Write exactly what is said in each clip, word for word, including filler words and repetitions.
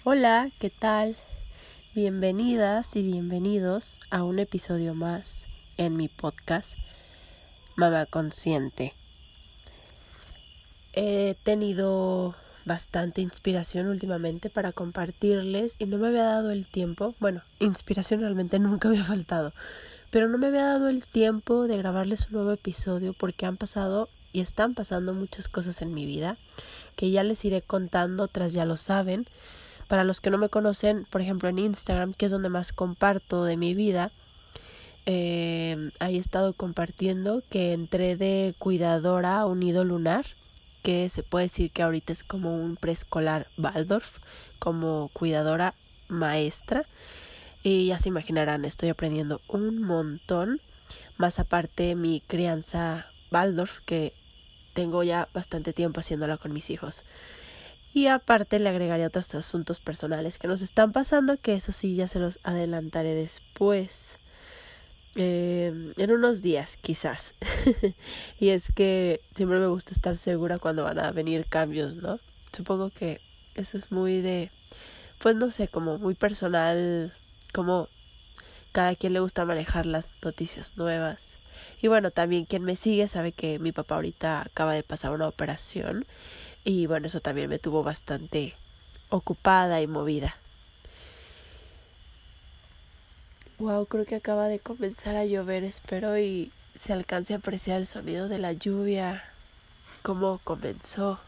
Hola, ¿qué tal? Bienvenidas y bienvenidos a un episodio más en mi podcast Mamá Consciente. He tenido bastante inspiración últimamente para compartirles y no me había dado el tiempo, bueno, inspiración realmente nunca me ha faltado, pero no me había dado el tiempo de grabarles un nuevo episodio porque han pasado y están pasando muchas cosas en mi vida que ya les iré contando, otras ya lo saben. Para los que no me conocen, por ejemplo en Instagram, que es donde más comparto de mi vida, eh, ahí he estado compartiendo que entré de cuidadora a un nido lunar, que se puede decir que ahorita es como un preescolar Waldorf, como cuidadora maestra. Y ya se imaginarán, estoy aprendiendo un montón, más aparte mi crianza Waldorf, que tengo ya bastante tiempo haciéndola con mis hijos. Y aparte le agregaría otros asuntos personales que nos están pasando, que eso sí ya se los adelantaré después. Eh, en unos días quizás. Y es que siempre me gusta estar segura cuando van a venir cambios, ¿no? Supongo que eso es muy de, pues no sé, como muy personal, como cada quien le gusta manejar las noticias nuevas. Y bueno, también quien me sigue sabe que mi papá ahorita acaba de pasar una operación. Y bueno, eso también me tuvo bastante ocupada y movida. Wow, creo que acaba de comenzar a llover. Espero y se alcance a apreciar el sonido de la lluvia. Cómo comenzó.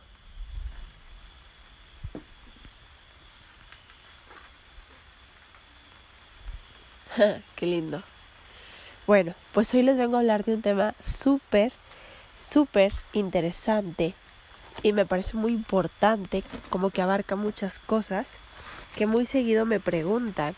Qué lindo. Bueno, pues hoy les vengo a hablar de un tema súper, súper interesante. Y me parece muy importante, como que abarca muchas cosas que muy seguido me preguntan.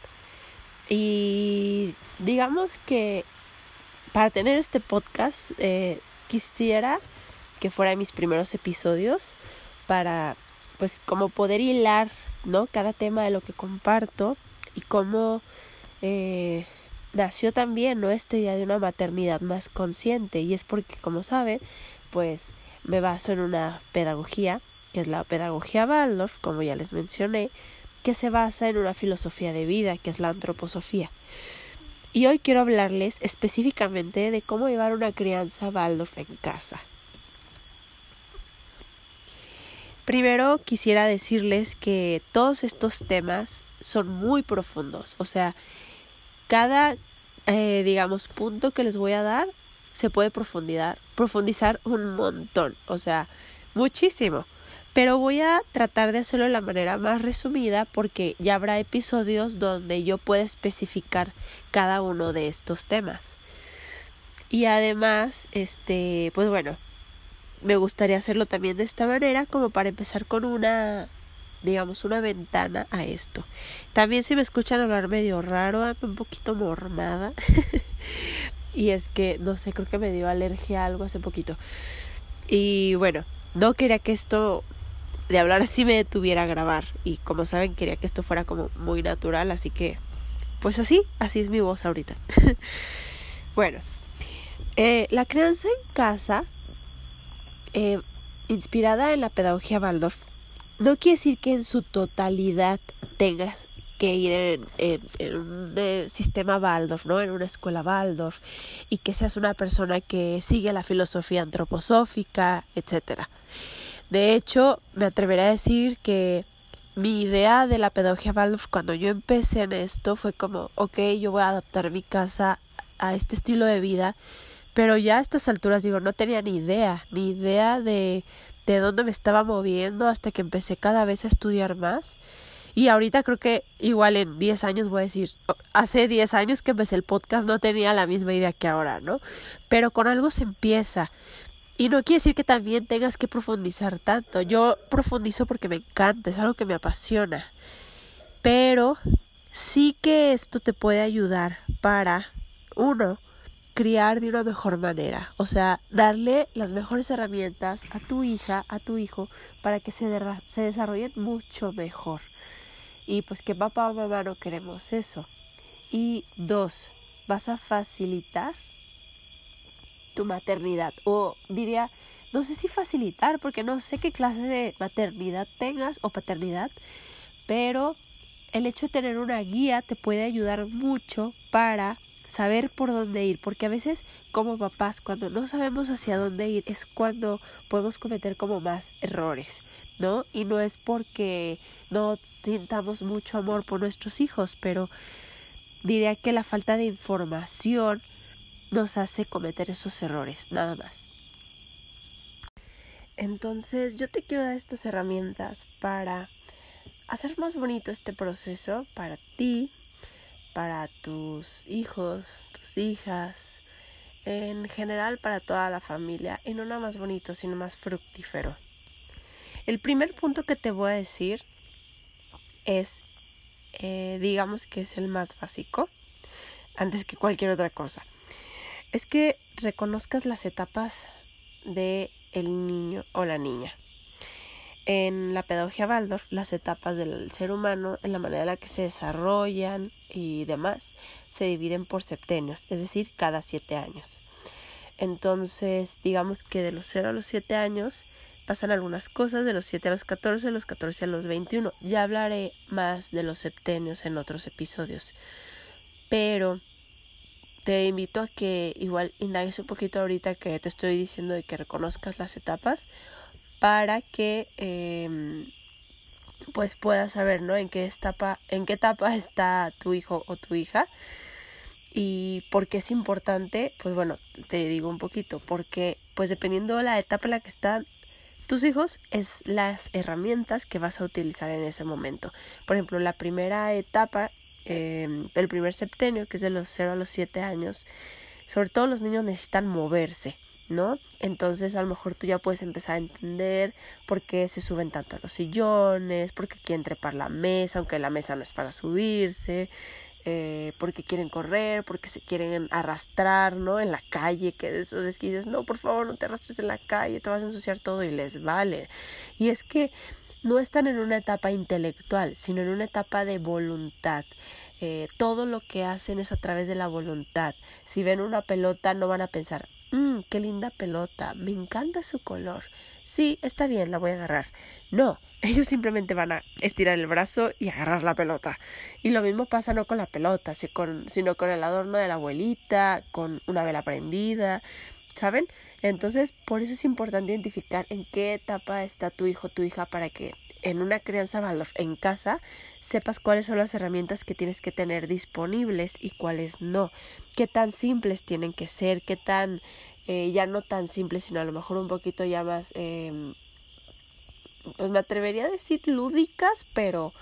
Y digamos que para tener este podcast eh, quisiera que fuera mis primeros episodios para pues como poder hilar, ¿no? Cada tema de lo que comparto y cómo eh, nació también, ¿no? Esta idea de una maternidad más consciente. Y es porque, como saben, pues me baso en una pedagogía que es la pedagogía Waldorf, como ya les mencioné, que se basa en una filosofía de vida que es la antroposofía. Y hoy quiero hablarles específicamente de cómo llevar una crianza Waldorf en casa. Primero quisiera decirles que todos estos temas son muy profundos, o sea, cada, eh, digamos, punto que les voy a dar se puede profundizar, profundizar un montón, o sea, muchísimo. Pero voy a tratar de hacerlo de la manera más resumida porque ya habrá episodios donde yo pueda especificar cada uno de estos temas. Y además, este, pues bueno, me gustaría hacerlo también de esta manera como para empezar con una, digamos, una ventana a esto. También si me escuchan hablar medio raro, ando un poquito mormada. Y es que, no sé, creo que me dio alergia a algo hace poquito. Y bueno, no quería que esto de hablar así me detuviera a grabar. Y como saben, quería que esto fuera como muy natural. Así que, pues así, así es mi voz ahorita. Bueno, eh, la crianza en casa, eh, inspirada en la pedagogía Waldorf, no quiere decir que en su totalidad tengas que ir en, en, en un eh, sistema Waldorf, ¿no? En una escuela Waldorf, y que seas una persona que sigue la filosofía antroposófica, etcétera. De hecho, me atreveré a decir que mi idea de la pedagogía Waldorf cuando yo empecé en esto fue como, ok, yo voy a adaptar mi casa a este estilo de vida, pero ya a estas alturas digo, no tenía ni idea, ni idea de, de dónde me estaba moviendo hasta que empecé cada vez a estudiar más. Y ahorita creo que igual en diez años voy a decir, hace diez años que empecé el podcast no tenía la misma idea que ahora, ¿no? Pero con algo se empieza. Y no quiere decir que también tengas que profundizar tanto. Yo profundizo porque me encanta, es algo que me apasiona. Pero sí que esto te puede ayudar para, uno, criar de una mejor manera. O sea, darle las mejores herramientas a tu hija, a tu hijo, para que se, derra- se desarrollen mucho mejor. Y pues que papá o mamá no queremos eso. Y dos, vas a facilitar tu maternidad, o diría, no sé si facilitar, porque no sé qué clase de maternidad tengas o paternidad, pero el hecho de tener una guía te puede ayudar mucho para saber por dónde ir, porque a veces como papás cuando no sabemos hacia dónde ir es cuando podemos cometer como más errores, ¿no? Y no es porque no sintamos mucho amor por nuestros hijos, pero diría que la falta de información nos hace cometer esos errores, nada más. Entonces yo te quiero dar estas herramientas para hacer más bonito este proceso para ti, para tus hijos, tus hijas, en general para toda la familia, y no nada más bonito, sino más fructífero. El primer punto que te voy a decir es, eh, digamos que es el más básico, antes que cualquier otra cosa. Es que reconozcas las etapas de el niño o la niña. En la pedagogía Waldorf, las etapas del ser humano, en la manera en la que se desarrollan y demás, se dividen por septenios, es decir, cada siete años. Entonces, digamos que de los cero a los siete años pasan algunas cosas, de los siete a los catorce, de los catorce a los veintiuno. Ya hablaré más de los septenios en otros episodios. Pero te invito a que igual indagues un poquito ahorita que te estoy diciendo de que reconozcas las etapas, para que eh, pues puedas saber, ¿no? En qué etapa, en qué etapa está tu hijo o tu hija. Y por qué es importante, pues bueno, te digo un poquito, porque pues dependiendo de la etapa en la que están tus hijos, es las herramientas que vas a utilizar en ese momento. Por ejemplo, la primera etapa, eh, el primer septenio, que es de los cero a los siete años, sobre todo los niños necesitan moverse, ¿no? Entonces a lo mejor tú ya puedes empezar a entender por qué se suben tanto a los sillones, por qué quieren trepar la mesa, aunque la mesa no es para subirse, eh, por qué quieren correr, por qué se quieren arrastrar, ¿no? En la calle, que de eso es que dices, no, por favor, no te arrastres en la calle, te vas a ensuciar todo, y les vale. Y es que no están en una etapa intelectual, sino en una etapa de voluntad. Eh, todo lo que hacen es a través de la voluntad. Si ven una pelota no van a pensar, mmm, qué linda pelota, me encanta su color, sí, está bien, la voy a agarrar. No, ellos simplemente van a estirar el brazo y agarrar la pelota. Y lo mismo pasa no con la pelota, sino con, sino con el adorno de la abuelita, con una vela prendida, ¿saben? Entonces, por eso es importante identificar en qué etapa está tu hijo o tu hija, para que en una crianza Waldorf en casa sepas cuáles son las herramientas que tienes que tener disponibles y cuáles no. Qué tan simples tienen que ser, qué tan, eh, ya no tan simples, sino a lo mejor un poquito ya más, eh, pues me atrevería a decir lúdicas, pero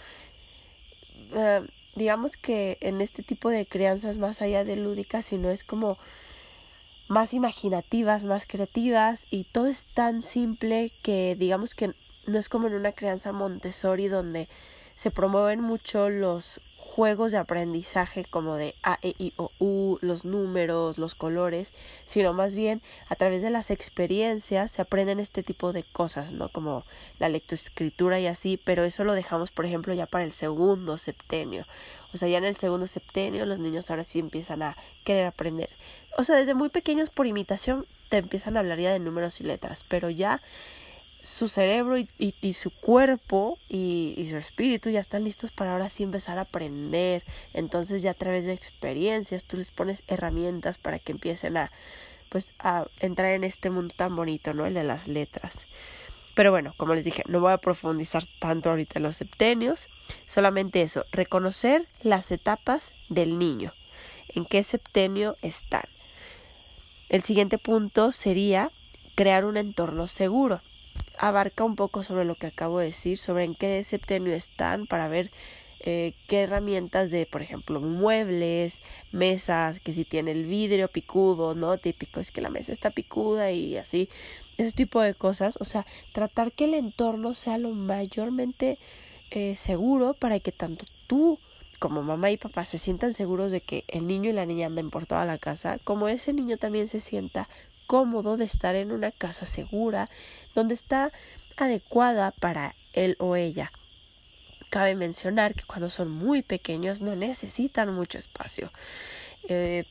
eh, digamos que en este tipo de crianzas más allá de lúdicas, sino es como más imaginativas, más creativas, y todo es tan simple que digamos que no es como en una crianza Montessori donde se promueven mucho los juegos de aprendizaje como de A, E, I, O, U, los números, los colores, sino más bien a través de las experiencias se aprenden este tipo de cosas, ¿no? Como la lectoescritura y así, pero eso lo dejamos, por ejemplo, ya para el segundo septenio. O sea, ya en el segundo septenio los niños ahora sí empiezan a querer aprender. O sea, desde muy pequeños por imitación te empiezan a hablar ya de números y letras, pero ya su cerebro y, y, y su cuerpo y, y su espíritu ya están listos para ahora sí empezar a aprender. Entonces ya a través de experiencias tú les pones herramientas para que empiecen a, pues, a entrar en este mundo tan bonito, ¿no? El de las letras. Pero bueno, como les dije, no voy a profundizar tanto ahorita en los septenios, solamente eso, reconocer las etapas del niño, en qué septenio están. El siguiente punto sería crear un entorno seguro. Abarca un poco sobre lo que acabo de decir, sobre en qué septenio están, para ver eh, qué herramientas de, por ejemplo, muebles, mesas, que si tiene el vidrio picudo, ¿no? Típico, es que la mesa está picuda y así, ese tipo de cosas. O sea, tratar que el entorno sea lo mayormente eh, seguro, para que tanto tú como mamá y papá se sientan seguros de que el niño y la niña anden por toda la casa, como ese niño también se sienta cómodo de estar en una casa segura, donde está adecuada para él o ella. Cabe mencionar que cuando son muy pequeños no necesitan mucho espacio. Eh,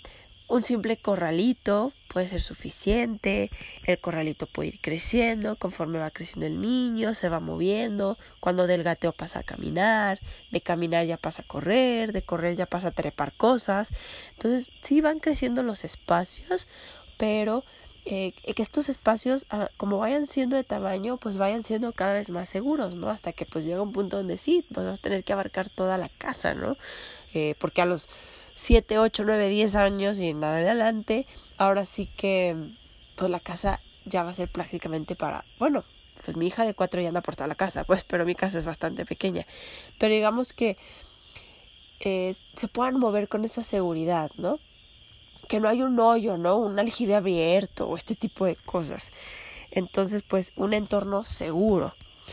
un simple corralito puede ser suficiente. El corralito puede ir creciendo, conforme va creciendo el niño, se va moviendo. Cuando del gateo pasa a caminar, de caminar ya pasa a correr, de correr ya pasa a trepar cosas. Entonces sí van creciendo los espacios, pero eh, que estos espacios, como vayan siendo de tamaño, pues vayan siendo cada vez más seguros, ¿no? Hasta que pues llega un punto donde sí, pues vas a tener que abarcar toda la casa, ¿no? Eh, porque a los siete, ocho, nueve, diez años y nada de adelante, ahora sí que pues la casa ya va a ser prácticamente para, bueno, pues mi hija de cuatro ya anda por toda la casa, pues, pero mi casa es bastante pequeña. Pero digamos que eh, se puedan mover con esa seguridad, ¿no? Que no hay un hoyo, ¿no? Un aljibe abierto o este tipo de cosas. Entonces, pues, un entorno seguro.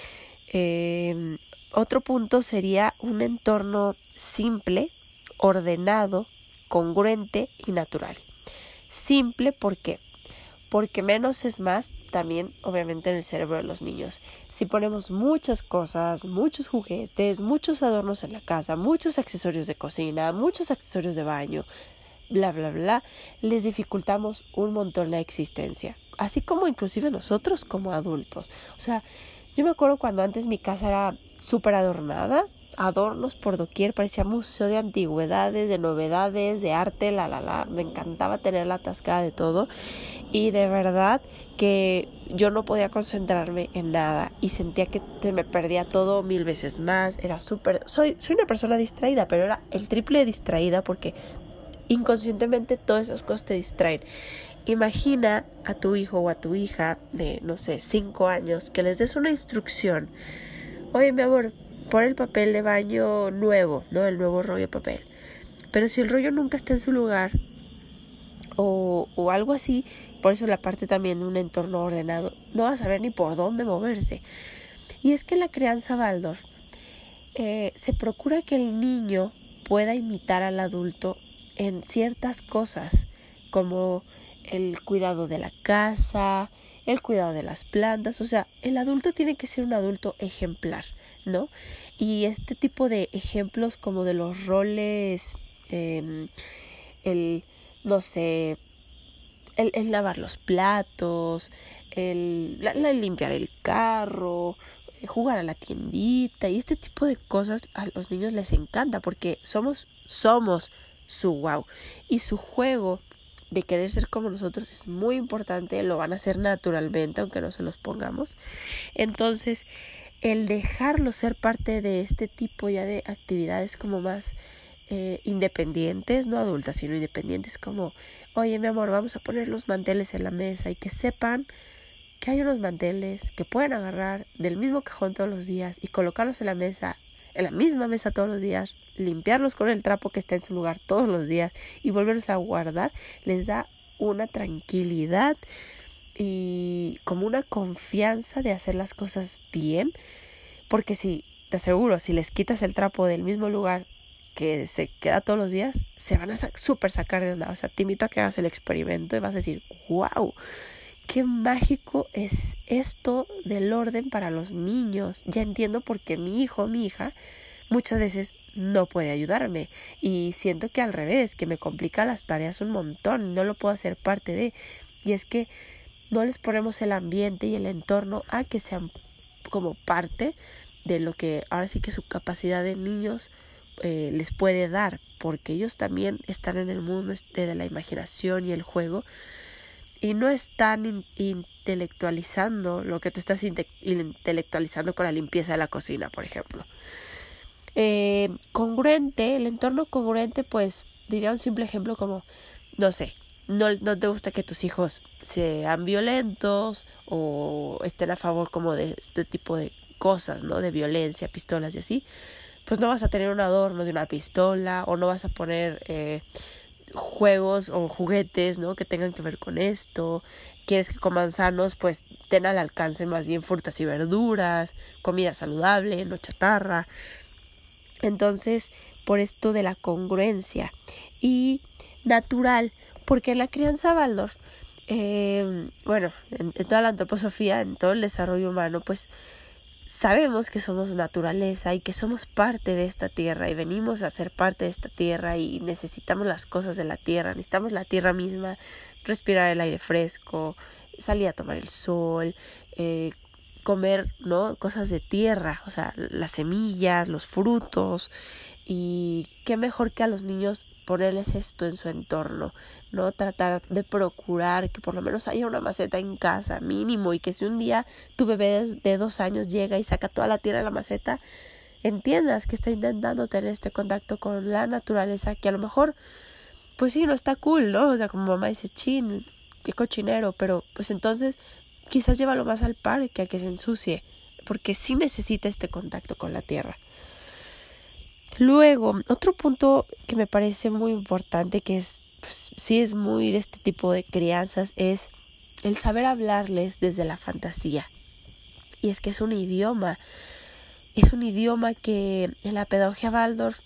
Eh, otro punto sería un entorno simple, ordenado, congruente y natural. Simple, ¿por qué? Porque menos es más, también obviamente en el cerebro de los niños. Si ponemos muchas cosas, muchos juguetes, muchos adornos en la casa, muchos accesorios de cocina, muchos accesorios de baño, bla bla bla, les dificultamos un montón la existencia. Así como inclusive nosotros como adultos. O sea, yo me acuerdo cuando antes mi casa era súper adornada, adornos por doquier, parecía museo de antigüedades, de novedades, de arte, la la la, me encantaba tener la atascada de todo y de verdad que yo no podía concentrarme en nada y sentía que se me perdía todo mil veces más, era súper, soy, soy una persona distraída, pero era el triple distraída porque inconscientemente todas esas cosas te distraen. Imagina a tu hijo o a tu hija de, no sé, cinco años, que les des una instrucción. Oye, mi amor, pon el papel de baño nuevo, ¿no? El nuevo rollo de papel. Pero si el rollo nunca está en su lugar o, o algo así, por eso la parte también de un entorno ordenado, no va a saber ni por dónde moverse. Y es que en la crianza Waldorf eh, se procura que el niño pueda imitar al adulto en ciertas cosas, como el cuidado de la casa, el cuidado de las plantas. O sea, el adulto tiene que ser un adulto ejemplar, ¿no? Y este tipo de ejemplos como de los roles, eh, el, no sé, el, el lavar los platos, el, la, la limpiar el carro, jugar a la tiendita y este tipo de cosas a los niños les encanta porque somos, somos su wow. Y su juego de querer ser como nosotros es muy importante, lo van a hacer naturalmente aunque no se los pongamos. Entonces, el dejarlo ser parte de este tipo ya de actividades como más eh, independientes, no adultas, sino independientes, como, oye mi amor, vamos a poner los manteles en la mesa y que sepan que hay unos manteles que pueden agarrar del mismo cajón todos los días y colocarlos en la mesa, en la misma mesa todos los días, limpiarlos con el trapo que está en su lugar todos los días y volverlos a guardar, les da una tranquilidad y como una confianza de hacer las cosas bien, porque si, te aseguro, si les quitas el trapo del mismo lugar que se queda todos los días, se van a sa- súper sacar de onda. O sea, te invito a que hagas el experimento y vas a decir, wow, qué mágico es esto del orden para los niños. Ya entiendo por qué mi hijo, mi hija, muchas veces no puede ayudarme. Y siento que al revés, que me complica las tareas un montón. No lo puedo hacer parte de. Y es que no les ponemos el ambiente y el entorno a que sean como parte de lo que ahora sí que su capacidad de niños eh, les puede dar. Porque ellos también están en el mundo este de la imaginación y el juego. Y no están in- intelectualizando lo que tú estás inte- intelectualizando con la limpieza de la cocina, por ejemplo. Eh, congruente, el entorno congruente, pues diría un simple ejemplo como, no sé, no, no te gusta que tus hijos sean violentos o estén a favor como de este tipo de cosas, ¿no? De violencia, pistolas y así. Pues no vas a tener un adorno de una pistola o no vas a poner eh, juegos o juguetes, ¿no? Que tengan que ver con esto. Quieres que coman sanos, pues ten al alcance más bien frutas y verduras, comida saludable, no chatarra. Entonces, por esto de la congruencia y natural, porque en la crianza Waldorf, eh, bueno, en, en toda la antroposofía, en todo el desarrollo humano, pues sabemos que somos naturaleza y que somos parte de esta tierra y venimos a ser parte de esta tierra y necesitamos las cosas de la tierra, necesitamos la tierra misma, respirar el aire fresco, salir a tomar el sol, eh, comer, ¿no? Cosas de tierra, o sea, las semillas, los frutos, y qué mejor que a los niños ponerles esto en su entorno, ¿no? Tratar de procurar que por lo menos haya una maceta en casa, mínimo, y que si un día tu bebé de dos años llega y saca toda la tierra de la maceta, entiendas que está intentando tener este contacto con la naturaleza, que a lo mejor, pues sí, no está cool, ¿no? O sea, como mamá dice, chin, qué cochinero, pero pues entonces quizás llévalo más al parque a que se ensucie, porque sí necesita este contacto con la tierra. Luego, otro punto que me parece muy importante, que es, pues, sí es muy de este tipo de crianzas, es el saber hablarles desde la fantasía. Y es que es un idioma, es un idioma que en la pedagogía Waldorf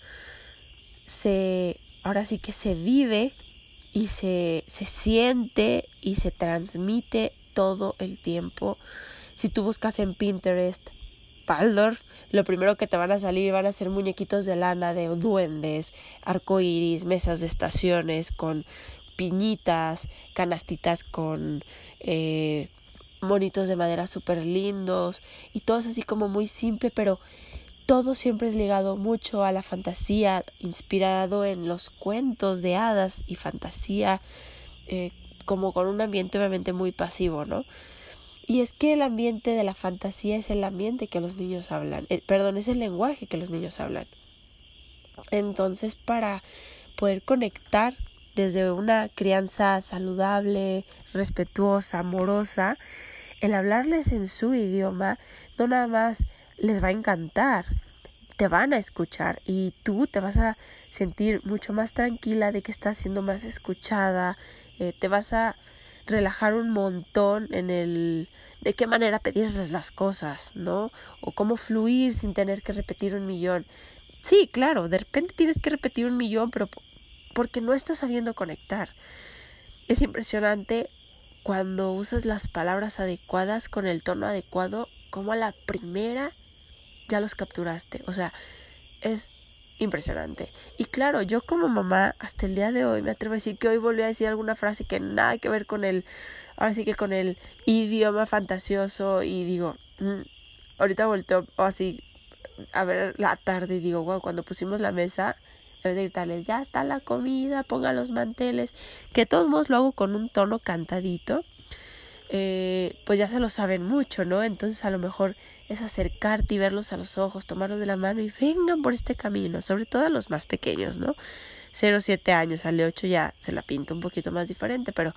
se, ahora sí que se vive y se, se siente y se transmite todo el tiempo. Si tú buscas en Pinterest Waldorf, lo primero que te van a salir van a ser muñequitos de lana de duendes, arcoíris, mesas de estaciones con piñitas, canastitas con eh, monitos de madera súper lindos, y todo es así como muy simple, pero todo siempre es ligado mucho a la fantasía, inspirado en los cuentos de hadas y fantasía, eh, como con un ambiente obviamente muy pasivo, ¿no? Y es que el ambiente de la fantasía es el ambiente que los niños hablan, eh, perdón, es el lenguaje que los niños hablan. Entonces, para poder conectar desde una crianza saludable, respetuosa, amorosa, el hablarles en su idioma no nada más les va a encantar, te van a escuchar y tú te vas a sentir mucho más tranquila de que estás siendo más escuchada, eh, te vas a relajar un montón en el de qué manera pedirles las cosas, ¿no? O cómo fluir sin tener que repetir un millón. Sí, claro, de repente tienes que repetir un millón, pero porque no estás sabiendo conectar. Es impresionante cuando usas las palabras adecuadas con el tono adecuado, como a la primera ya los capturaste. O sea, es impresionante. Y claro, yo como mamá hasta el día de hoy me atrevo a decir que hoy volví a decir alguna frase que nada que ver con el, ahora sí que con el idioma fantasioso, y digo, mmm, ahorita volteo así a ver la tarde y digo, wow, cuando pusimos la mesa, en vez de gritarles, ya está la comida, ponga los manteles, que de todos modos lo hago con un tono cantadito, eh, pues ya se lo saben mucho, ¿no? Entonces a lo mejor es acercarte y verlos a los ojos, tomarlos de la mano y vengan por este camino, sobre todo a los más pequeños, ¿no? cero, siete años, al de ocho ya se la pinta un poquito más diferente, pero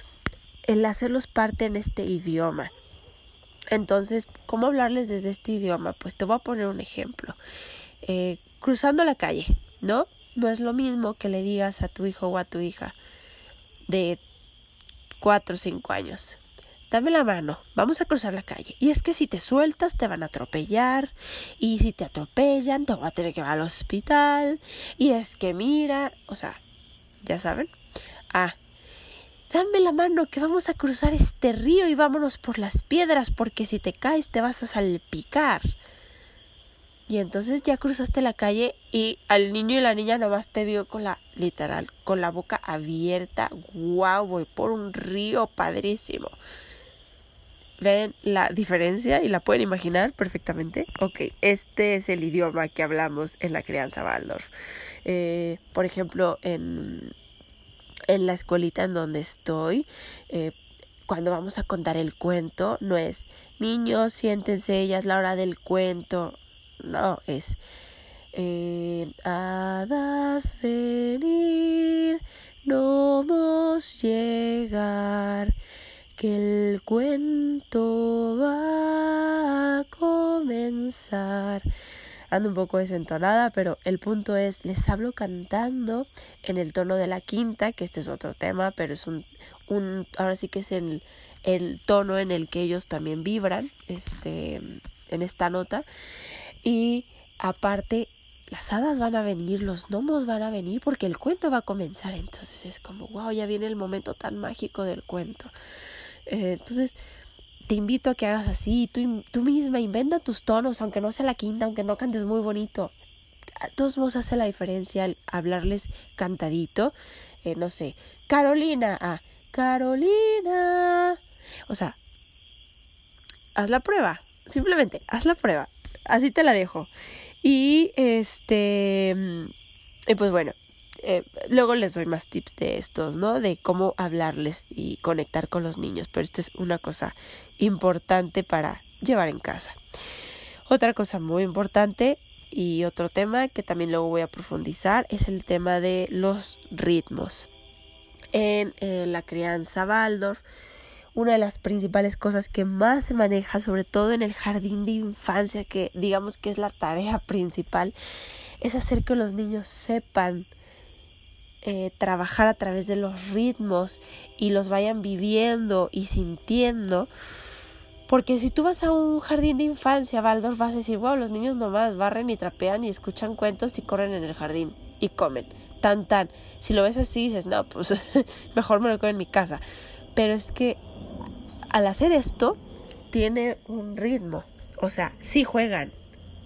el hacerlos parte en este idioma. Entonces, ¿cómo hablarles desde este idioma? Pues te voy a poner un ejemplo. Eh, cruzando la calle, ¿no? No es lo mismo que le digas a tu hijo o a tu hija de cuatro o cinco años, dame la mano, vamos a cruzar la calle. Y es que si te sueltas te van a atropellar, y si te atropellan te van a tener que llevar al hospital, y es que mira, o sea, ya saben. Ah, dame la mano que vamos a cruzar este río y vámonos por las piedras, porque si te caes te vas a salpicar. Y entonces ya cruzaste la calle y al niño y la niña nomás te vio con la, literal, con la boca abierta. ¡Guau! Voy por un río padrísimo. ¿Ven la diferencia y la pueden imaginar perfectamente? Ok, este es el idioma que hablamos en la crianza Waldorf. Eh, por ejemplo, en, en la escuelita en donde estoy, eh, cuando vamos a contar el cuento, no es, niños, siéntense, ya es la hora del cuento. No, es, eh, hadas venir, gnomos llegar, que el cuento va a comenzar. Ando un poco desentonada, pero el punto es, les hablo cantando en el tono de la quinta, que este es otro tema, pero es un, un ahora sí que es el, el tono en el que ellos también vibran, este, en esta nota. Y aparte, las hadas van a venir, los gnomos van a venir, porque el cuento va a comenzar. Entonces es como, wow, ya viene el momento tan mágico del cuento. Eh, entonces, te invito a que hagas así, tú, tú misma inventa tus tonos, aunque no sea la quinta, aunque no cantes muy bonito. A todos modos hace la diferencia al hablarles cantadito, eh, no sé, Carolina, ah, Carolina. O sea, haz la prueba, simplemente haz la prueba, así te la dejo. Y este, y pues bueno, eh, luego les doy más tips de estos, ¿no? De cómo hablarles y conectar con los niños, pero esto es una cosa importante para llevar en casa. Otra cosa muy importante y otro tema que también luego voy a profundizar es el tema de los ritmos. En, en la crianza Waldorf, una de las principales cosas que más se maneja, sobre todo en el jardín de infancia, que digamos que es la tarea principal, es hacer que los niños sepan eh, trabajar a través de los ritmos y los vayan viviendo y sintiendo. Porque si tú vas a un jardín de infancia, Waldorf, vas a decir, wow, los niños nomás barren y trapean y escuchan cuentos y corren en el jardín y comen. Tan, tan. Si lo ves así, dices, no, pues mejor me lo quedo en mi casa. Pero es que al hacer esto, tiene un ritmo. O sea, sí juegan.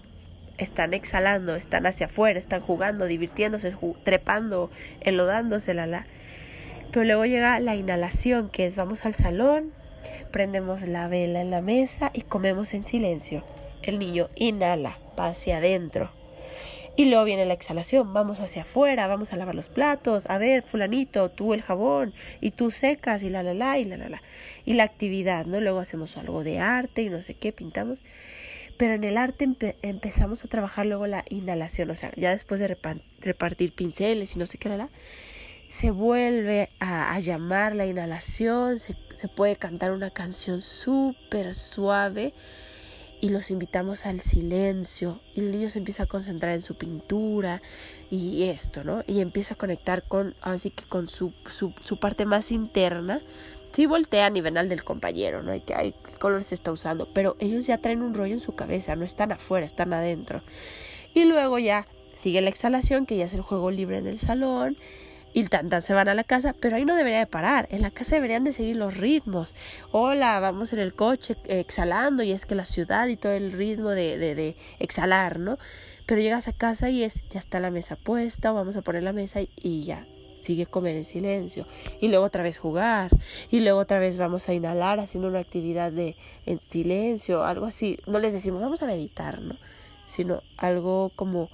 Están exhalando, están hacia afuera, están jugando, divirtiéndose, ju- trepando, enlodándose, la, la. Pero luego llega la inhalación, que es vamos al salón, prendemos la vela en la mesa y comemos en silencio. El niño inhala, va hacia adentro. Y luego viene la exhalación, vamos hacia afuera, vamos a lavar los platos, a ver, fulanito, tú el jabón, y tú secas, y la la la, y la la la. Y la actividad, ¿no? Luego hacemos algo de arte y no sé qué, pintamos. Pero en el arte empe- empezamos a trabajar luego la inhalación, o sea, ya después de repa- repartir pinceles y no sé qué, la la, se vuelve a, a llamar la inhalación, se, se puede cantar una canción súper suave y los invitamos al silencio y el niño se empieza a concentrar en su pintura y esto, ¿no? Y empieza a conectar con, así que con su, su, su parte más interna. Sí voltean y ven al del compañero, ¿no? Y que, ay, qué color se está usando, pero ellos ya traen un rollo en su cabeza, no están afuera, están adentro. Y luego ya sigue la exhalación, que ya es el juego libre en el salón. Y tan tan se van a la casa, pero ahí no debería de parar. En la casa deberían de seguir los ritmos. Hola, vamos en el coche eh, exhalando y es que la ciudad y todo el ritmo de, de, de exhalar, ¿no? Pero llegas a casa y es, ya está la mesa puesta, o vamos a poner la mesa y, y ya sigue comer en silencio. Y luego otra vez jugar. Y luego otra vez vamos a inhalar haciendo una actividad de en silencio, algo así. No les decimos, vamos a meditar, ¿no? Sino algo como,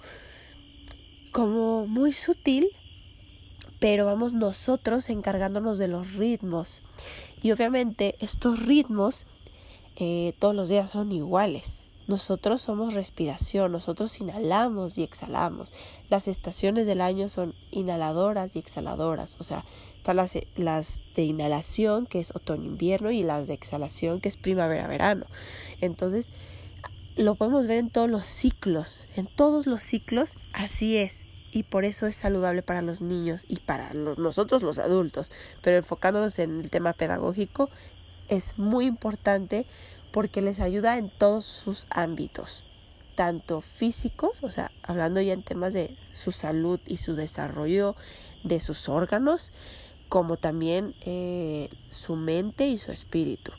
como muy sutil, pero vamos nosotros encargándonos de los ritmos. Y obviamente estos ritmos eh, todos los días son iguales. Nosotros somos respiración, nosotros inhalamos y exhalamos. Las estaciones del año son inhaladoras y exhaladoras. O sea, están las, las de inhalación, que es otoño-invierno, y las de exhalación, que es primavera-verano. Entonces, lo podemos ver en todos los ciclos. En todos los ciclos, así es. Y por eso es saludable para los niños y para los, nosotros los adultos. Pero enfocándonos en el tema pedagógico, es muy importante porque les ayuda en todos sus ámbitos, tanto físicos, o sea, hablando ya en temas de su salud y su desarrollo de sus órganos, como también eh, su mente y su espíritu.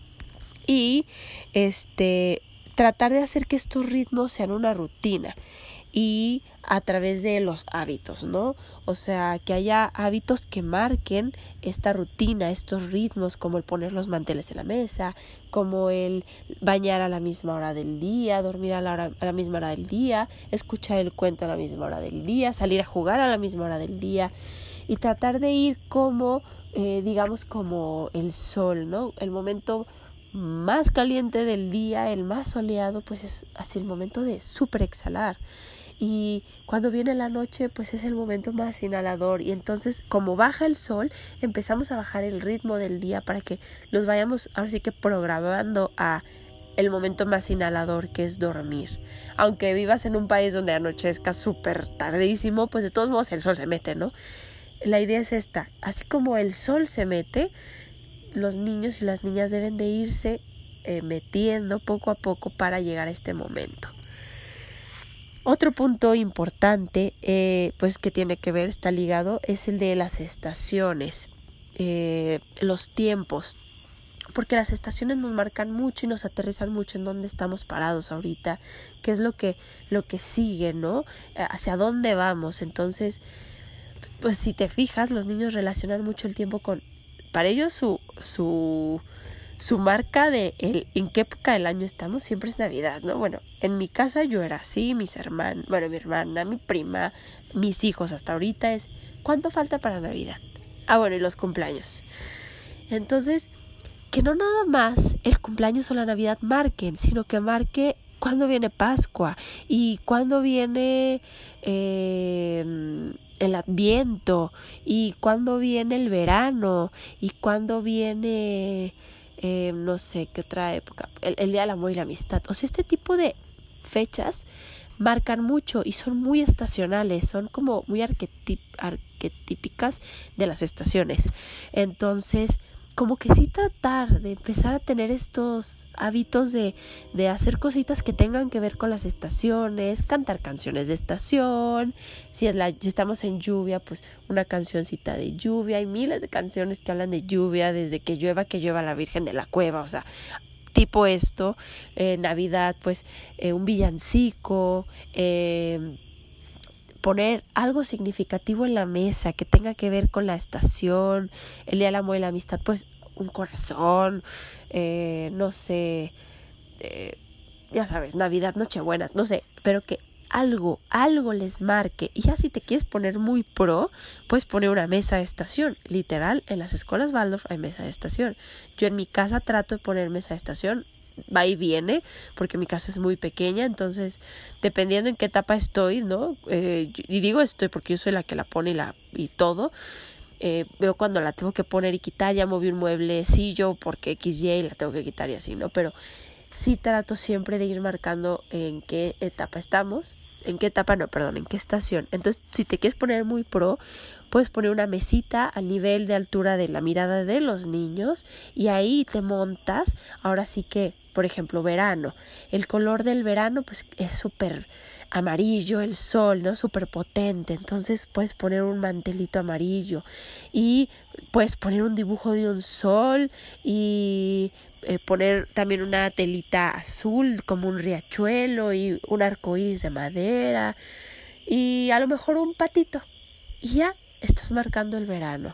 Y este tratar de hacer que estos ritmos sean una rutina y a través de los hábitos, ¿no? O sea, que haya hábitos que marquen esta rutina, estos ritmos, como el poner los manteles en la mesa, como el bañar a la misma hora del día, dormir a la, hora, a la misma hora del día, escuchar el cuento a la misma hora del día, salir a jugar a la misma hora del día y tratar de ir como, eh, digamos, como el sol, ¿no? El momento más caliente del día, el más soleado, pues es así el momento de súper exhalar. Y cuando viene la noche, pues es el momento más inhalador. Y entonces, como baja el sol, empezamos a bajar el ritmo del día para que los vayamos ahora sí que programando a el momento más inhalador, que es dormir. Aunque vivas en un país donde anochezca súper tardísimo, pues de todos modos el sol se mete, ¿no? La idea es esta. Así como el sol se mete, los niños y las niñas deben de irse eh, metiendo poco a poco para llegar a este momento. Otro punto importante, eh, pues que tiene que ver, está ligado, es el de las estaciones, eh, los tiempos. porque las estaciones nos marcan mucho y nos aterrizan mucho en dónde estamos parados ahorita, qué es lo que, lo que sigue, ¿no? Hacia dónde vamos. Entonces, pues si te fijas, los niños relacionan mucho el tiempo con, para ellos su, su, su marca de el, en qué época del año estamos siempre es Navidad, ¿no? Bueno, en mi casa yo era así, mis hermanos, bueno, mi hermana, mi prima, mis hijos hasta ahorita es, ¿cuánto falta para Navidad? Ah, bueno, y los cumpleaños. Entonces, que no nada más el cumpleaños o la Navidad marquen, sino que marque cuándo viene Pascua y cuándo viene eh, el Adviento y cuándo viene el verano y cuándo viene, eh, no sé, qué otra época, el, el Día del Amor y la Amistad. O sea, este tipo de fechas marcan mucho y son muy estacionales, son como muy arquetip- arquetípicas de las estaciones. Entonces, como que sí tratar de empezar a tener estos hábitos de, de hacer cositas que tengan que ver con las estaciones, cantar canciones de estación, si, es la, si estamos en lluvia, pues una cancioncita de lluvia, hay miles de canciones que hablan de lluvia, desde que llueva, que llueva la Virgen de la Cueva, o sea, tipo esto, eh, Navidad, pues eh, un villancico, eh, poner algo significativo en la mesa que tenga que ver con la estación, el Día del Amor y la Amistad, pues un corazón, eh, no sé, eh, ya sabes, Navidad, Nochebuenas, no sé, pero que algo, algo les marque. Y ya si te quieres poner muy pro, puedes poner una mesa de estación. Literal, en las escuelas Waldorf hay mesa de estación. Yo en mi casa trato de poner mesa de estación, va y viene, porque mi casa es muy pequeña, entonces dependiendo en qué etapa estoy, ¿no? Eh, y digo estoy porque yo soy la que la pone y, la, y todo. Eh, veo cuando la tengo que poner y quitar, ya moví un mueblecillo porque equis ye y la tengo que quitar y así, ¿no? Pero sí trato siempre de ir marcando en qué etapa estamos, en qué etapa, no, perdón, en qué estación. Entonces, si te quieres poner muy pro, puedes poner una mesita al nivel de altura de la mirada de los niños y ahí te montas. Ahora sí que, por ejemplo, verano. El color del verano, pues, es súper amarillo, el sol, ¿no? Súper potente. Entonces, puedes poner un mantelito amarillo y puedes poner un dibujo de un sol y Eh, poner también una telita azul como un riachuelo y un arco iris de madera y a lo mejor un patito y ya estás marcando el verano.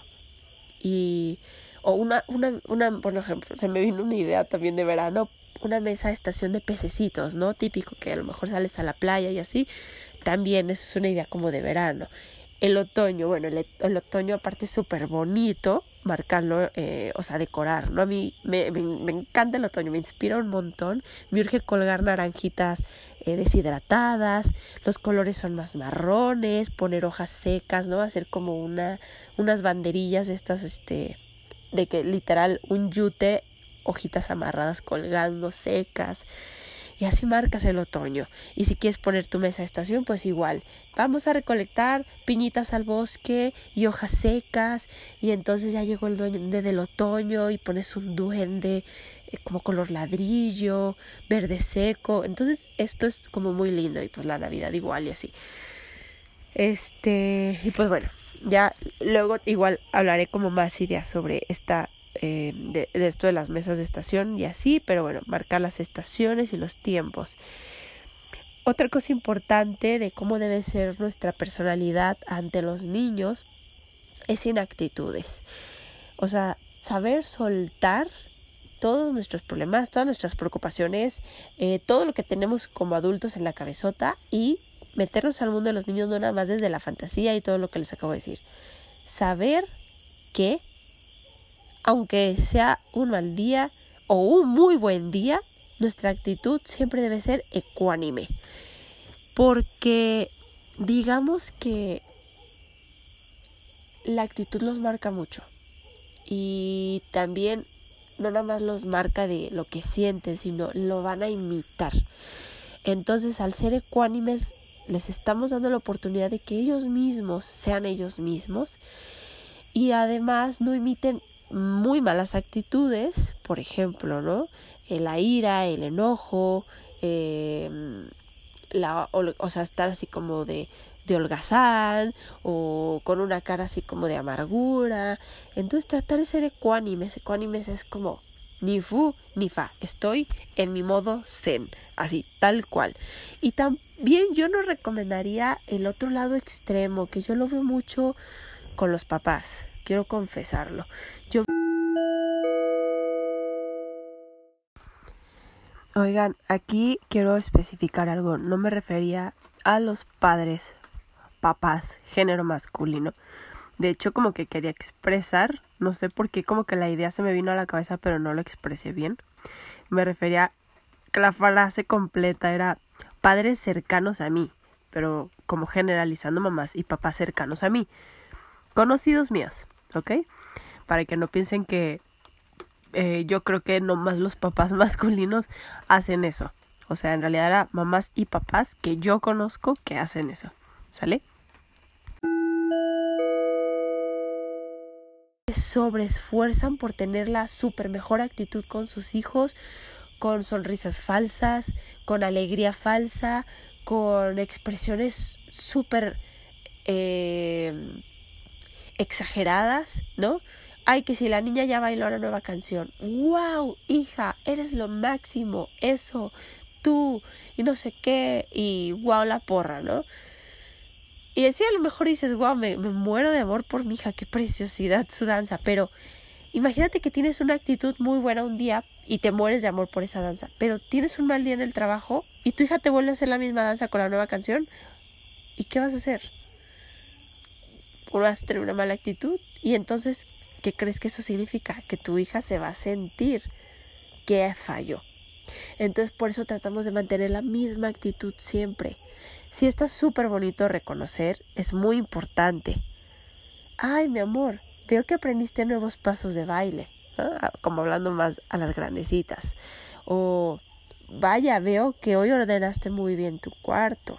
Y o una, una, una, por ejemplo, se me vino una idea también de verano, una mesa de estación de pececitos, ¿no? Típico que a lo mejor sales a la playa y así, también eso es una idea como de verano. El otoño, bueno, el, el otoño aparte es súper bonito marcarlo, eh, o sea, decorar, ¿no? A mí me, me, me encanta el otoño, me inspira un montón, me urge colgar naranjitas eh, deshidratadas, los colores son más marrones, poner hojas secas, ¿no? Hacer como una, unas banderillas estas, este, de que literal un yute, hojitas amarradas colgando secas. Y así marcas el otoño. Y si quieres poner tu mesa de estación, pues igual. Vamos a recolectar piñitas al bosque y hojas secas. Y entonces ya llegó el duende del otoño y pones un duende eh, como color ladrillo, verde seco. Entonces esto es como muy lindo. Y pues la Navidad igual y así. Este, y pues bueno, ya luego igual hablaré como más ideas sobre esta Eh, de, de esto de las mesas de estación y así, pero bueno, marcar las estaciones y los tiempos. Otra cosa importante de cómo debe ser nuestra personalidad ante los niños es sin actitudes. O sea, saber soltar todos nuestros problemas, todas nuestras preocupaciones, eh, todo lo que tenemos como adultos en la cabezota y meternos al mundo de los niños no nada más desde la fantasía y todo lo que les acabo de decir. Saber que aunque sea un mal día o un muy buen día, nuestra actitud siempre debe ser ecuánime. Porque digamos que la actitud los marca mucho. Y también no nada más los marca de lo que sienten, sino lo van a imitar. Entonces, al ser ecuánimes, les estamos dando la oportunidad de que ellos mismos sean ellos mismos. Y además no imiten muy malas actitudes, por ejemplo, ¿no? La ira, el enojo, eh, la, o, o sea, estar así como de, de holgazán o con una cara así como de amargura. Entonces tratar de ser ecuánimes, ecuánimes es como ni fu ni fa, estoy en mi modo zen, así, tal cual. Y también yo no recomendaría el otro lado extremo, que yo lo veo mucho con los papás, quiero confesarlo. Yo Oigan, aquí quiero especificar algo, no me refería a los padres, papás, género masculino. De hecho, como que quería expresar, no sé por qué, como que la idea se me vino a la cabeza, pero no lo expresé bien. Me refería que la frase completa era padres cercanos a mí, pero como generalizando mamás y papás cercanos a mí. Conocidos míos, ¿ok? Para que no piensen que eh, yo creo que nomás los papás masculinos hacen eso. O sea, en realidad era mamás y papás que yo conozco que hacen eso, ¿sale? Sobreesfuerzan por tener la super mejor actitud con sus hijos, con sonrisas falsas, con alegría falsa, con expresiones súper eh, exageradas, ¿no? Ay, que si la niña ya bailó una nueva canción, wow, hija, eres lo máximo, eso, tú, y no sé qué, y wow la porra, ¿no? Y así a lo mejor dices, wow, me, me muero de amor por mi hija, qué preciosidad su danza. Pero imagínate que tienes una actitud muy buena un día y te mueres de amor por esa danza. Pero tienes un mal día en el trabajo y tu hija te vuelve a hacer la misma danza con la nueva canción. ¿Y qué vas a hacer? Vas a tener una mala actitud. Y entonces, ¿qué crees que eso significa? Que tu hija se va a sentir que falló. Entonces por eso tratamos de mantener la misma actitud siempre. Sí, está súper bonito reconocer, es muy importante. Ay, mi amor, veo que aprendiste nuevos pasos de baile, ¿no? Como hablando más a las grandecitas. O vaya, veo que hoy ordenaste muy bien tu cuarto.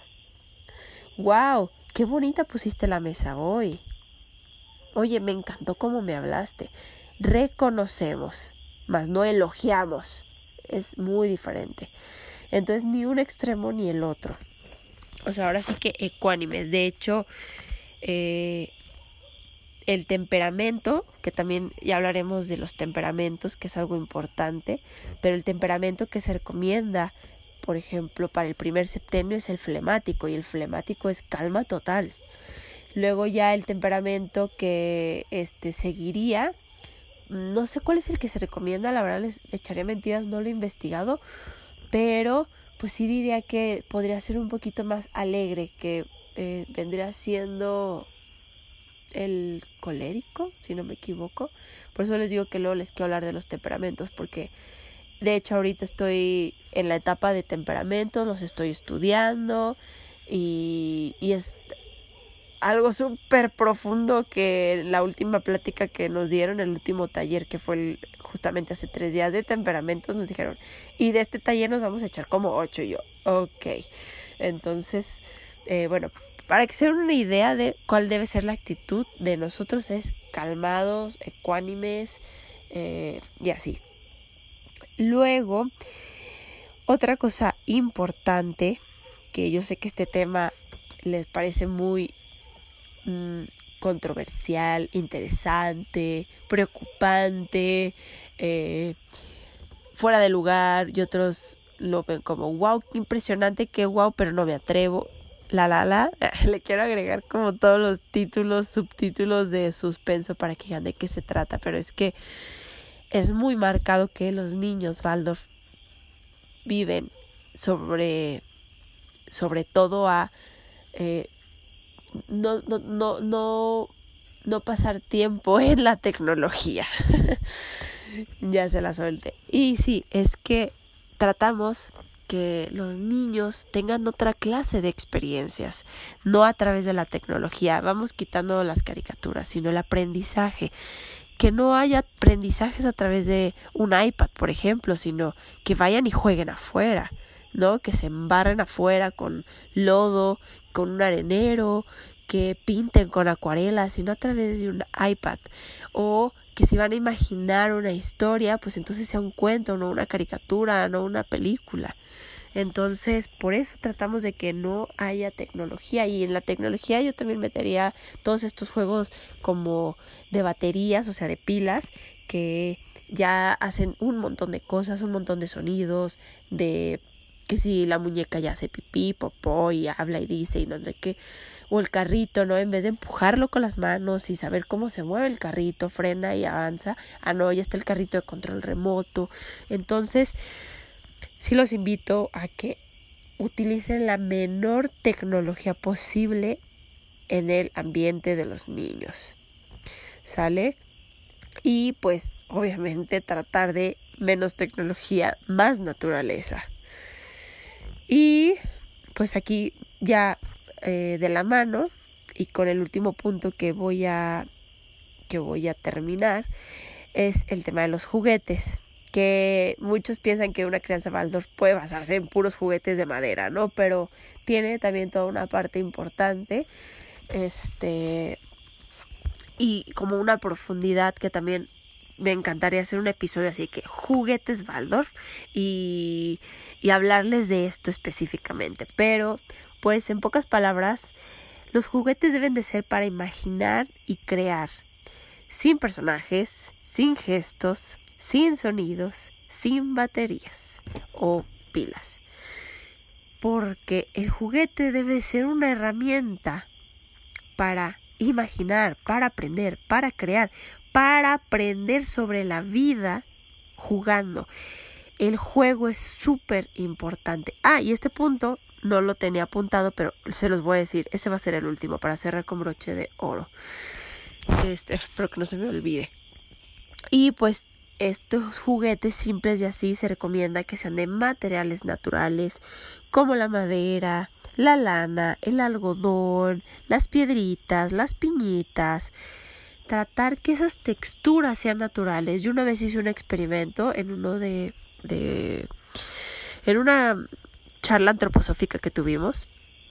Wow, qué bonita pusiste la mesa hoy. Oye, me encantó cómo me hablaste. Reconocemos, mas no elogiamos. Es muy diferente. Entonces ni un extremo ni el otro. O sea, ahora sí que ecuánimes. De hecho, eh, el temperamento, que también ya hablaremos de los temperamentos, que es algo importante, pero el temperamento que se recomienda, por ejemplo, para el primer septenio es el flemático, y el flemático es calma total. Luego ya el temperamento que este seguiría, no sé cuál es el que se recomienda, la verdad les echaría mentiras, no lo he investigado, pero pues sí diría que podría ser un poquito más alegre, que eh, vendría siendo el colérico, si no me equivoco. Por eso les digo que luego les quiero hablar de los temperamentos, porque de hecho ahorita estoy en la etapa de temperamentos, los estoy estudiando y, y es algo súper profundo que la última plática que nos dieron, el último taller que fue el, justamente hace tres días de temperamentos, nos dijeron, y de este taller nos vamos a echar como ocho. Y yo, ok. Entonces, eh, bueno, para que se den una idea de cuál debe ser la actitud de nosotros es calmados, ecuánimes eh, y así. Luego, otra cosa importante, que yo sé que este tema les parece muy controversial, interesante, preocupante, eh, fuera de lugar, y otros lo ven como wow, qué impresionante, qué wow, pero no me atrevo, la la la, le quiero agregar como todos los títulos, subtítulos de suspenso para que vean de qué se trata, pero es que es muy marcado que los niños Waldorf viven sobre, sobre todo a eh, No, no, no, no, no pasar tiempo en la tecnología. Ya se la solté. Y sí, es que tratamos que los niños tengan otra clase de experiencias, no a través de la tecnología. Vamos quitando las caricaturas, sino el aprendizaje. Que no haya aprendizajes a través de un iPad, por ejemplo, sino que vayan y jueguen afuera, ¿no? Que se embarren afuera con lodo, con un arenero, que pinten con acuarelas, sino a través de un iPad. O que si van a imaginar una historia, pues entonces sea un cuento, no una caricatura, no una película. Entonces, por eso tratamos de que no haya tecnología. Y en la tecnología yo también metería todos estos juegos como de baterías, o sea, de pilas, que ya hacen un montón de cosas, un montón de sonidos, de que si la muñeca ya hace pipí, popó y habla y dice y no sé qué, o el carrito, ¿no? En vez de empujarlo con las manos y saber cómo se mueve el carrito, frena y avanza, ah, no, ya está el carrito de control remoto. Entonces, sí los invito a que utilicen la menor tecnología posible en el ambiente de los niños, ¿sale? Y pues obviamente tratar de menos tecnología, más naturaleza. Y pues aquí ya eh, de la mano y con el último punto que voy a que voy a terminar es el tema de los juguetes, que muchos piensan que una crianza Waldorf puede basarse en puros juguetes de madera, ¿no? Pero tiene también toda una parte importante, este, y como una profundidad que también me encantaría hacer un episodio así que juguetes Waldorf y, y hablarles de esto específicamente. Pero, pues en pocas palabras, los juguetes deben de ser para imaginar y crear, sin personajes, sin gestos, sin sonidos, sin baterías o pilas. Porque el juguete debe ser una herramienta para imaginar, para aprender, para crear, para aprender sobre la vida jugando. El juego es súper importante. Ah, y este punto no lo tenía apuntado, pero se los voy a decir. Ese va a ser el último para cerrar con broche de oro. Este, espero que no se me olvide. Y pues estos juguetes simples y así se recomienda que sean de materiales naturales como la madera, la lana, el algodón, las piedritas, las piñitas. Tratar que esas texturas sean naturales. Yo una vez hice un experimento en uno de, de en una charla antroposófica que tuvimos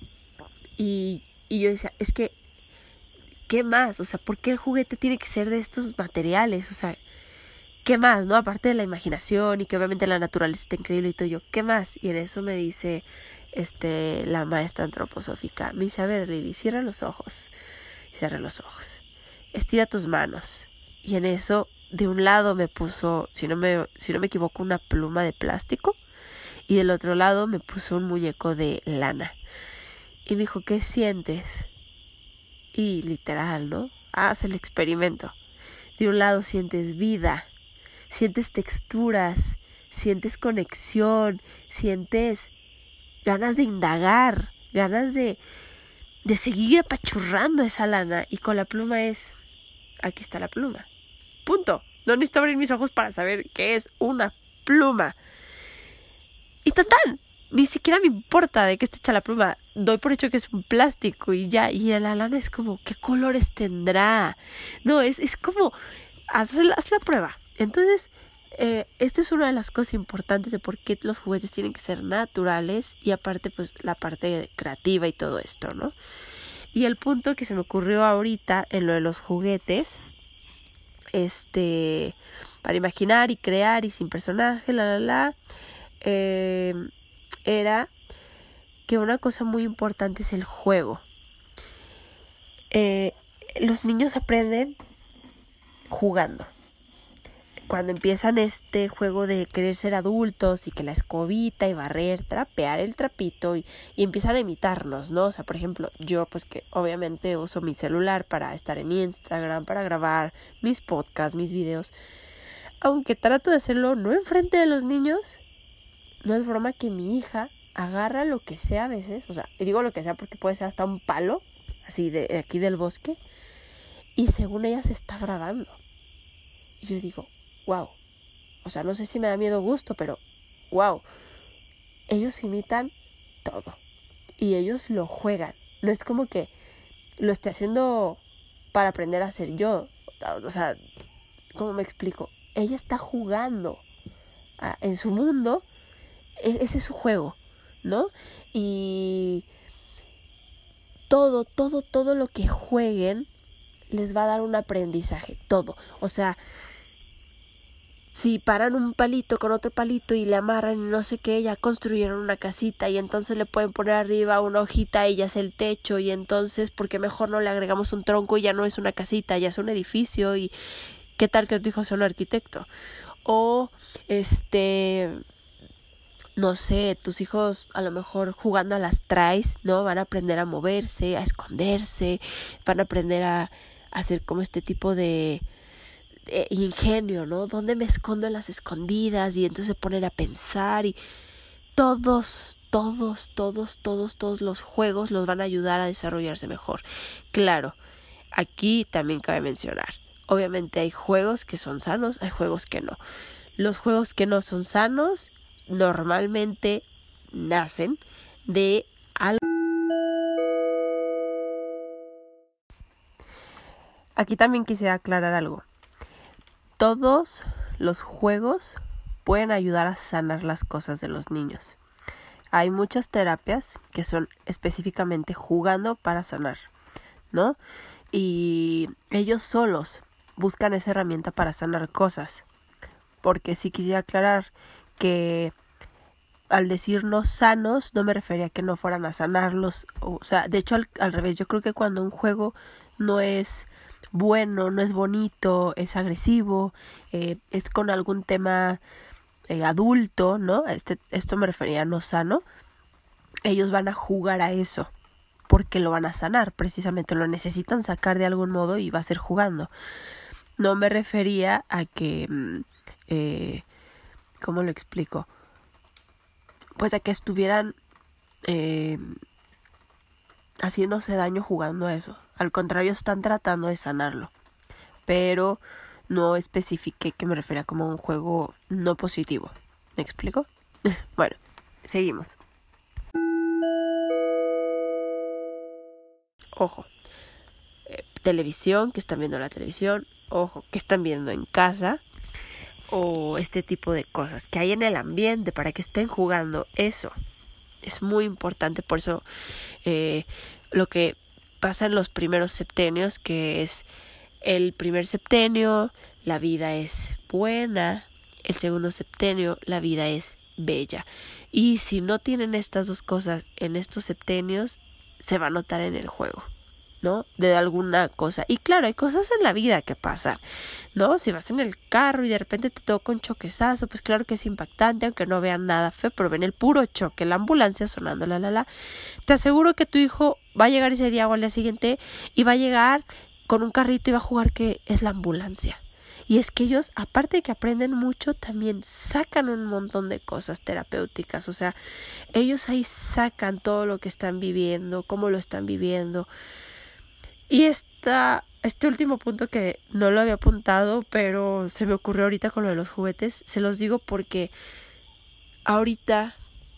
y, y yo decía, es que ¿qué más? O sea, ¿por qué el juguete tiene que ser de estos materiales? O sea, ¿qué más? ¿No? Aparte de la imaginación y que obviamente la naturaleza está increíble y todo, yo, ¿qué más? Y en eso me dice este la maestra antroposófica, me dice, a ver, Lili, cierra los ojos. Cierra los ojos. Estira tus manos. Y en eso, de un lado me puso, si no me, si no me equivoco, una pluma de plástico. Y del otro lado me puso un muñeco de lana. Y me dijo, ¿qué sientes? Y literal, ¿no? Haz el experimento. De un lado sientes vida, sientes texturas, sientes conexión, sientes ganas de indagar, ganas de, de seguir apachurrando esa lana. Y con la pluma es, aquí está la pluma. Punto. No necesito abrir mis ojos para saber qué es una pluma. Y tan tan. Ni siquiera me importa de qué está hecha la pluma. Doy por hecho que es un plástico y ya. Y la lana es como, ¿qué colores tendrá? No, es, es como, haz, haz la prueba. Entonces, eh, esta es una de las cosas importantes de por qué los juguetes tienen que ser naturales. Y aparte, pues, la parte creativa y todo esto, ¿no? Y el punto que se me ocurrió ahorita en lo de los juguetes, este, para imaginar y crear y sin personaje, la, la, la, eh, era que una cosa muy importante es el juego. Eh, los niños aprenden jugando. Cuando empiezan este juego de querer ser adultos y que la escobita y barrer, trapear el trapito y, y empiezan a imitarnos, ¿no? O sea, por ejemplo, yo pues que obviamente uso mi celular para estar en Instagram, para grabar mis podcasts, mis videos. Aunque trato de hacerlo no enfrente de los niños, no es broma que mi hija agarra lo que sea a veces, o sea, y digo lo que sea porque puede ser hasta un palo, así de, de aquí del bosque, y según ella se está grabando. Y yo digo, wow, o sea, no sé si me da miedo o gusto, pero wow, ellos imitan todo y ellos lo juegan. No es como que lo esté haciendo para aprender a ser yo, o sea, ¿cómo me explico? Ella está jugando a, en su mundo, e- ese es su juego, ¿no? Y todo, todo, todo lo que jueguen les va a dar un aprendizaje, todo, o sea, si paran un palito con otro palito y le amarran y no sé qué, ya construyeron una casita y entonces le pueden poner arriba una hojita y ya es el techo y entonces, ¿por qué mejor no le agregamos un tronco y ya no es una casita, ya es un edificio? Y ¿qué tal que tu hijo sea un arquitecto? O este, no sé, tus hijos a lo mejor jugando a las traes, ¿no? Van a aprender a moverse, a esconderse, van a aprender a, a hacer como este tipo de, de ingenio, ¿no? ¿Dónde me escondo en las escondidas? Y entonces se ponen a pensar y todos, todos, todos, todos, todos los juegos los van a ayudar a desarrollarse mejor. Claro, aquí también cabe mencionar, obviamente hay juegos que son sanos, hay juegos que no. Los juegos que no son sanos normalmente nacen de algo. Aquí también quisiera aclarar algo. Todos los juegos pueden ayudar a sanar las cosas de los niños. Hay muchas terapias que son específicamente jugando para sanar, ¿no? Y ellos solos buscan esa herramienta para sanar cosas. Porque sí quisiera aclarar que al decirnos sanos no me refería a que no fueran a sanarlos. O sea, de hecho al, al revés, yo creo que cuando un juego no es bueno, no es bonito, es agresivo, eh, es con algún tema eh, adulto, ¿no? Este, esto me refería a no sano. Ellos van a jugar a eso porque lo van a sanar, precisamente lo necesitan sacar de algún modo y va a ser jugando. No me refería a que... Eh, ¿cómo lo explico? Pues a que estuvieran eh, haciéndose daño jugando a eso. Al contrario, están tratando de sanarlo. Pero no especifiqué que me refería como a un juego no positivo. ¿Me explico? Bueno, seguimos. Ojo. Eh, televisión, que están viendo la televisión. Ojo, que están viendo en casa. O este tipo de cosas que hay en el ambiente para que estén jugando. Eso es muy importante. Por eso eh, lo que pasa en los primeros septenios, que es el primer septenio, la vida es buena. El segundo septenio, la vida es bella. Y si no tienen estas dos cosas en estos septenios, se va a notar en el juego, ¿no? De alguna cosa. Y claro, hay cosas en la vida que pasan, ¿no? Si vas en el carro y de repente te toca un choquezazo, pues claro que es impactante, aunque no vean nada feo, pero ven el puro choque, la ambulancia sonando, la, la, la. Te aseguro que tu hijo va a llegar ese día o al día siguiente y va a llegar con un carrito y va a jugar que es la ambulancia. Y es que ellos, aparte de que aprenden mucho, también sacan un montón de cosas terapéuticas. O sea, ellos ahí sacan todo lo que están viviendo, cómo lo están viviendo. Y esta, este último punto que no lo había apuntado, pero se me ocurrió ahorita con lo de los juguetes, se los digo porque ahorita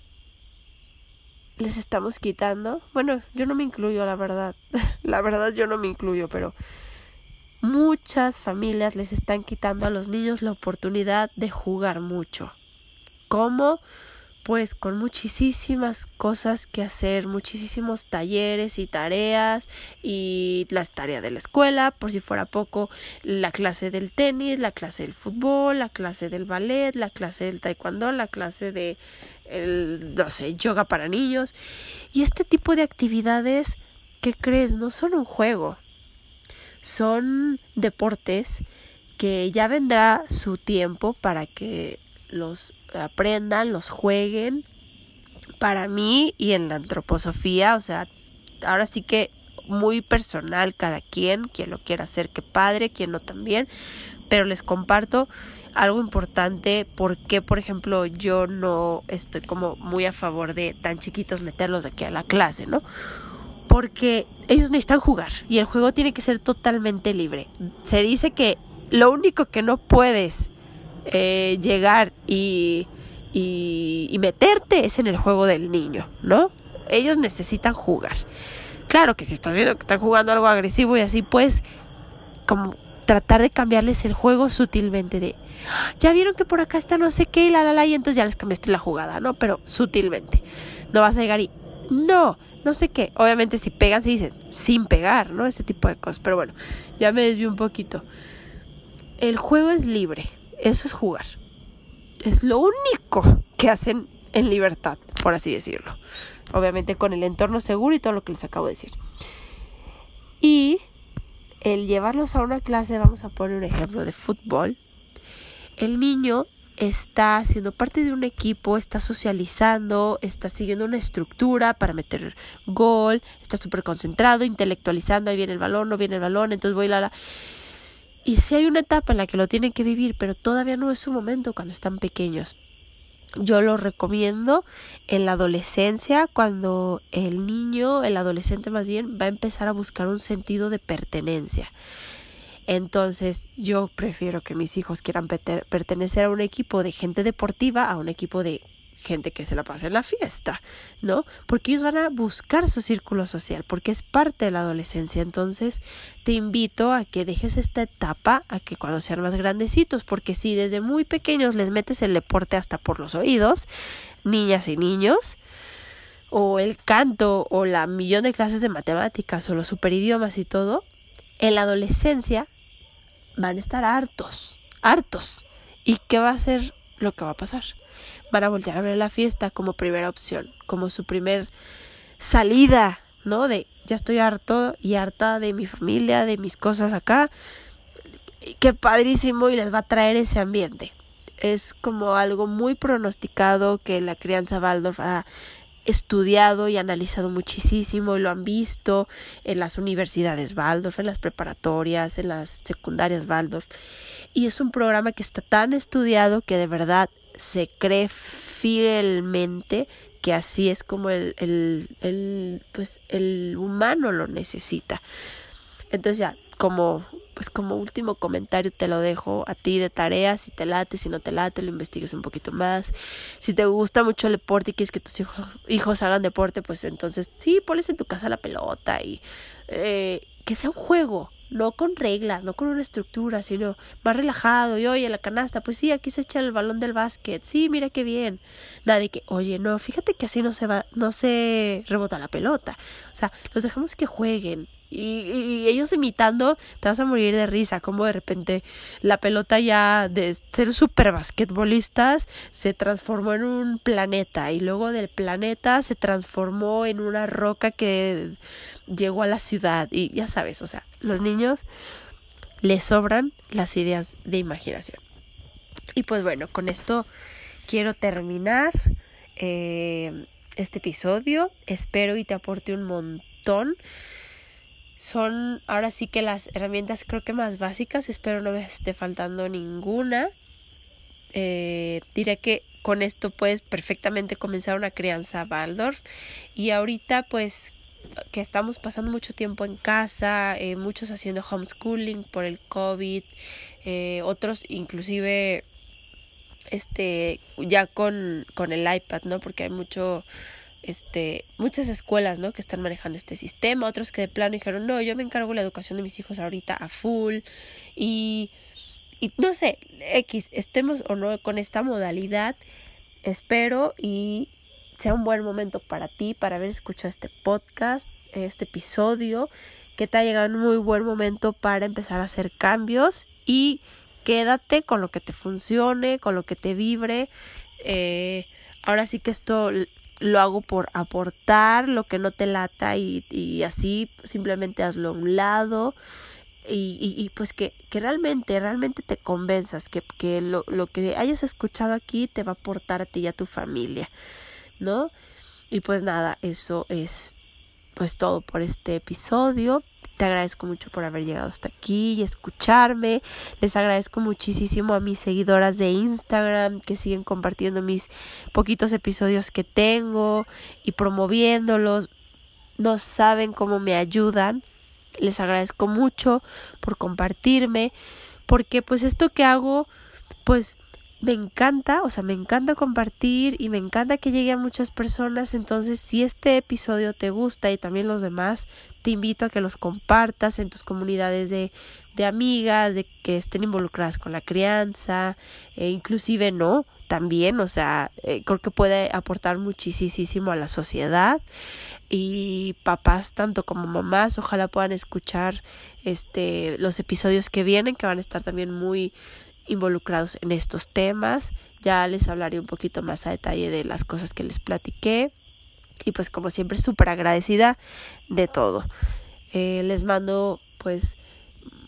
les estamos quitando, bueno, yo no me incluyo, la verdad, la verdad yo no me incluyo, pero muchas familias les están quitando a los niños la oportunidad de jugar mucho. ¿Cómo? Pues con muchísimas cosas que hacer, muchísimos talleres y tareas y las tareas de la escuela, por si fuera poco, la clase del tenis, la clase del fútbol, la clase del ballet, la clase del taekwondo, la clase de, el, no sé, yoga para niños. Y este tipo de actividades, ¿qué crees? No son un juego, son deportes que ya vendrá su tiempo para que los aprendan, los jueguen. Para mí y en la antroposofía, o sea, ahora sí que muy personal cada quien, quien lo quiera hacer, que padre, quien no también, pero les comparto algo importante, porque por ejemplo yo no estoy como muy a favor de tan chiquitos meterlos de aquí a la clase, ¿no? Porque ellos necesitan jugar y el juego tiene que ser totalmente libre. Se dice que lo único que no puedes eh, llegar y, y, y meterte es en el juego del niño, ¿no? Ellos necesitan jugar. Claro que si estás viendo que están jugando algo agresivo y así, pues como tratar de cambiarles el juego sutilmente de, ya vieron que por acá está no sé qué, la la la, y entonces ya les cambiaste la jugada, ¿no? Pero sutilmente. No vas a llegar y, no, no sé qué. Obviamente si pegan se dicen, sin pegar, ¿no? Ese tipo de cosas. Pero bueno, ya me desvío un poquito. El juego es libre. Eso es jugar. Es lo único que hacen en libertad, por así decirlo. Obviamente con el entorno seguro y todo lo que les acabo de decir. Y el llevarlos a una clase, vamos a poner un ejemplo de fútbol, el niño está siendo parte de un equipo, está socializando, está siguiendo una estructura para meter gol, está súper concentrado, intelectualizando, ahí viene el balón, no viene el balón, entonces voy la la... Y sí hay una etapa en la que lo tienen que vivir, pero todavía no es su momento cuando están pequeños. Yo lo recomiendo en la adolescencia, cuando el niño, el adolescente más bien, va a empezar a buscar un sentido de pertenencia. Entonces yo prefiero que mis hijos quieran pertenecer a un equipo de gente deportiva, a un equipo de gente que se la pasa en la fiesta, ¿no? Porque ellos van a buscar su círculo social, porque es parte de la adolescencia. Entonces te invito a que dejes esta etapa, a que cuando sean más grandecitos, porque si desde muy pequeños les metes el deporte hasta por los oídos, niñas y niños, o el canto, o la millón de clases de matemáticas, o los superidiomas y todo, en la adolescencia van a estar hartos, hartos. ¿Y qué va a ser lo que va a pasar? Van a voltear a ver la fiesta como primera opción, como su primer salida, ¿no? De ya estoy harto y harta de mi familia, de mis cosas acá. Qué padrísimo, y les va a traer ese ambiente. Es como algo muy pronosticado que la crianza Waldorf ha estudiado y analizado muchísimo, y lo han visto en las universidades Waldorf, en las preparatorias, en las secundarias Waldorf, y es un programa que está tan estudiado que de verdad se cree fielmente que así es como el, el, el, pues el humano lo necesita. Entonces ya, como pues como último comentario te lo dejo a ti de tarea, si te late, si no te late, lo investigues un poquito más. Si te gusta mucho el deporte y quieres que tus hijos, hijos hagan deporte, pues entonces sí, ponles en tu casa la pelota y eh, que sea un juego, no con reglas, no con una estructura, sino más relajado. Y oye, la canasta, pues sí, aquí se echa el balón del básquet, sí, mira qué bien. Nada de que, oye, no, fíjate que así no se va, no se rebota la pelota. O sea, los dejamos que jueguen. Y, y ellos imitando, te vas a morir de risa, como de repente la pelota ya de ser súper basquetbolistas se transformó en un planeta, y luego del planeta se transformó en una roca que llegó a la ciudad, y ya sabes, o sea, los niños les sobran las ideas de imaginación. Y pues bueno, con esto quiero terminar eh, este episodio. Espero y te aporte un montón. Son ahora sí que las herramientas creo que más básicas. Espero no me esté faltando ninguna. Eh, diré que con esto puedes perfectamente comenzar una crianza Waldorf. Y ahorita pues que estamos pasando mucho tiempo en casa, eh, muchos haciendo homeschooling por el COVID, eh, otros inclusive este ya con, con el iPad, ¿no? Porque hay mucho... Este, muchas escuelas, ¿no?, que están manejando este sistema, otros que de plano dijeron, no, yo me encargo de la educación de mis hijos ahorita a full, y, y no sé, X, estemos o no con esta modalidad, espero y sea un buen momento para ti, para haber escuchado este podcast, este episodio, que te ha llegado en un muy buen momento para empezar a hacer cambios, y quédate con lo que te funcione, con lo que te vibre. Eh, ahora sí que esto lo hago por aportar, lo que no te lata y, y así simplemente hazlo a un lado, y, y, y pues que, que realmente, realmente te convenzas que, que lo, lo que hayas escuchado aquí te va a aportar a ti y a tu familia, ¿no? Y pues nada, eso es pues todo por este episodio. Te agradezco mucho por haber llegado hasta aquí y escucharme. Les agradezco muchísimo a mis seguidoras de Instagram que siguen compartiendo mis poquitos episodios que tengo y promoviéndolos. No saben cómo me ayudan. Les agradezco mucho por compartirme, porque pues esto que hago pues me encanta, o sea, me encanta compartir y me encanta que llegue a muchas personas. Entonces, si este episodio te gusta y también los demás, te invito a que los compartas en tus comunidades de, de amigas, de que estén involucradas con la crianza, e inclusive no, también, o sea, eh, creo que puede aportar muchísimo a la sociedad. Y papás tanto como mamás, ojalá puedan escuchar este los episodios que vienen, que van a estar también muy involucrados en estos temas. Ya les hablaré un poquito más a detalle de las cosas que les platiqué, y pues como siempre súper agradecida de todo. Eh, les mando pues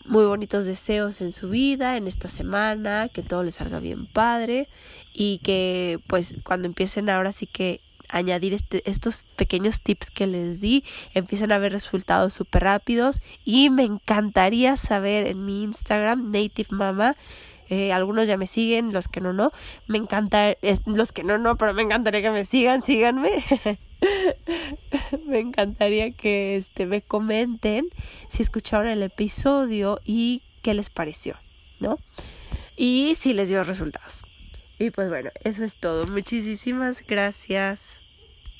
muy bonitos deseos en su vida, en esta semana, que todo les salga bien padre y que pues cuando empiecen ahora sí que añadir este, estos pequeños tips que les di, empiezan a ver resultados súper rápidos. Y me encantaría saber en mi Instagram, Native Mama, eh, algunos ya me siguen, los que no, no, me encanta, es, los que no, no, pero me encantaría que me sigan, síganme. Me encantaría que este, me comenten si escucharon el episodio y qué les pareció, ¿no? Y si les dio resultados. Y pues bueno, eso es todo. Muchísimas gracias.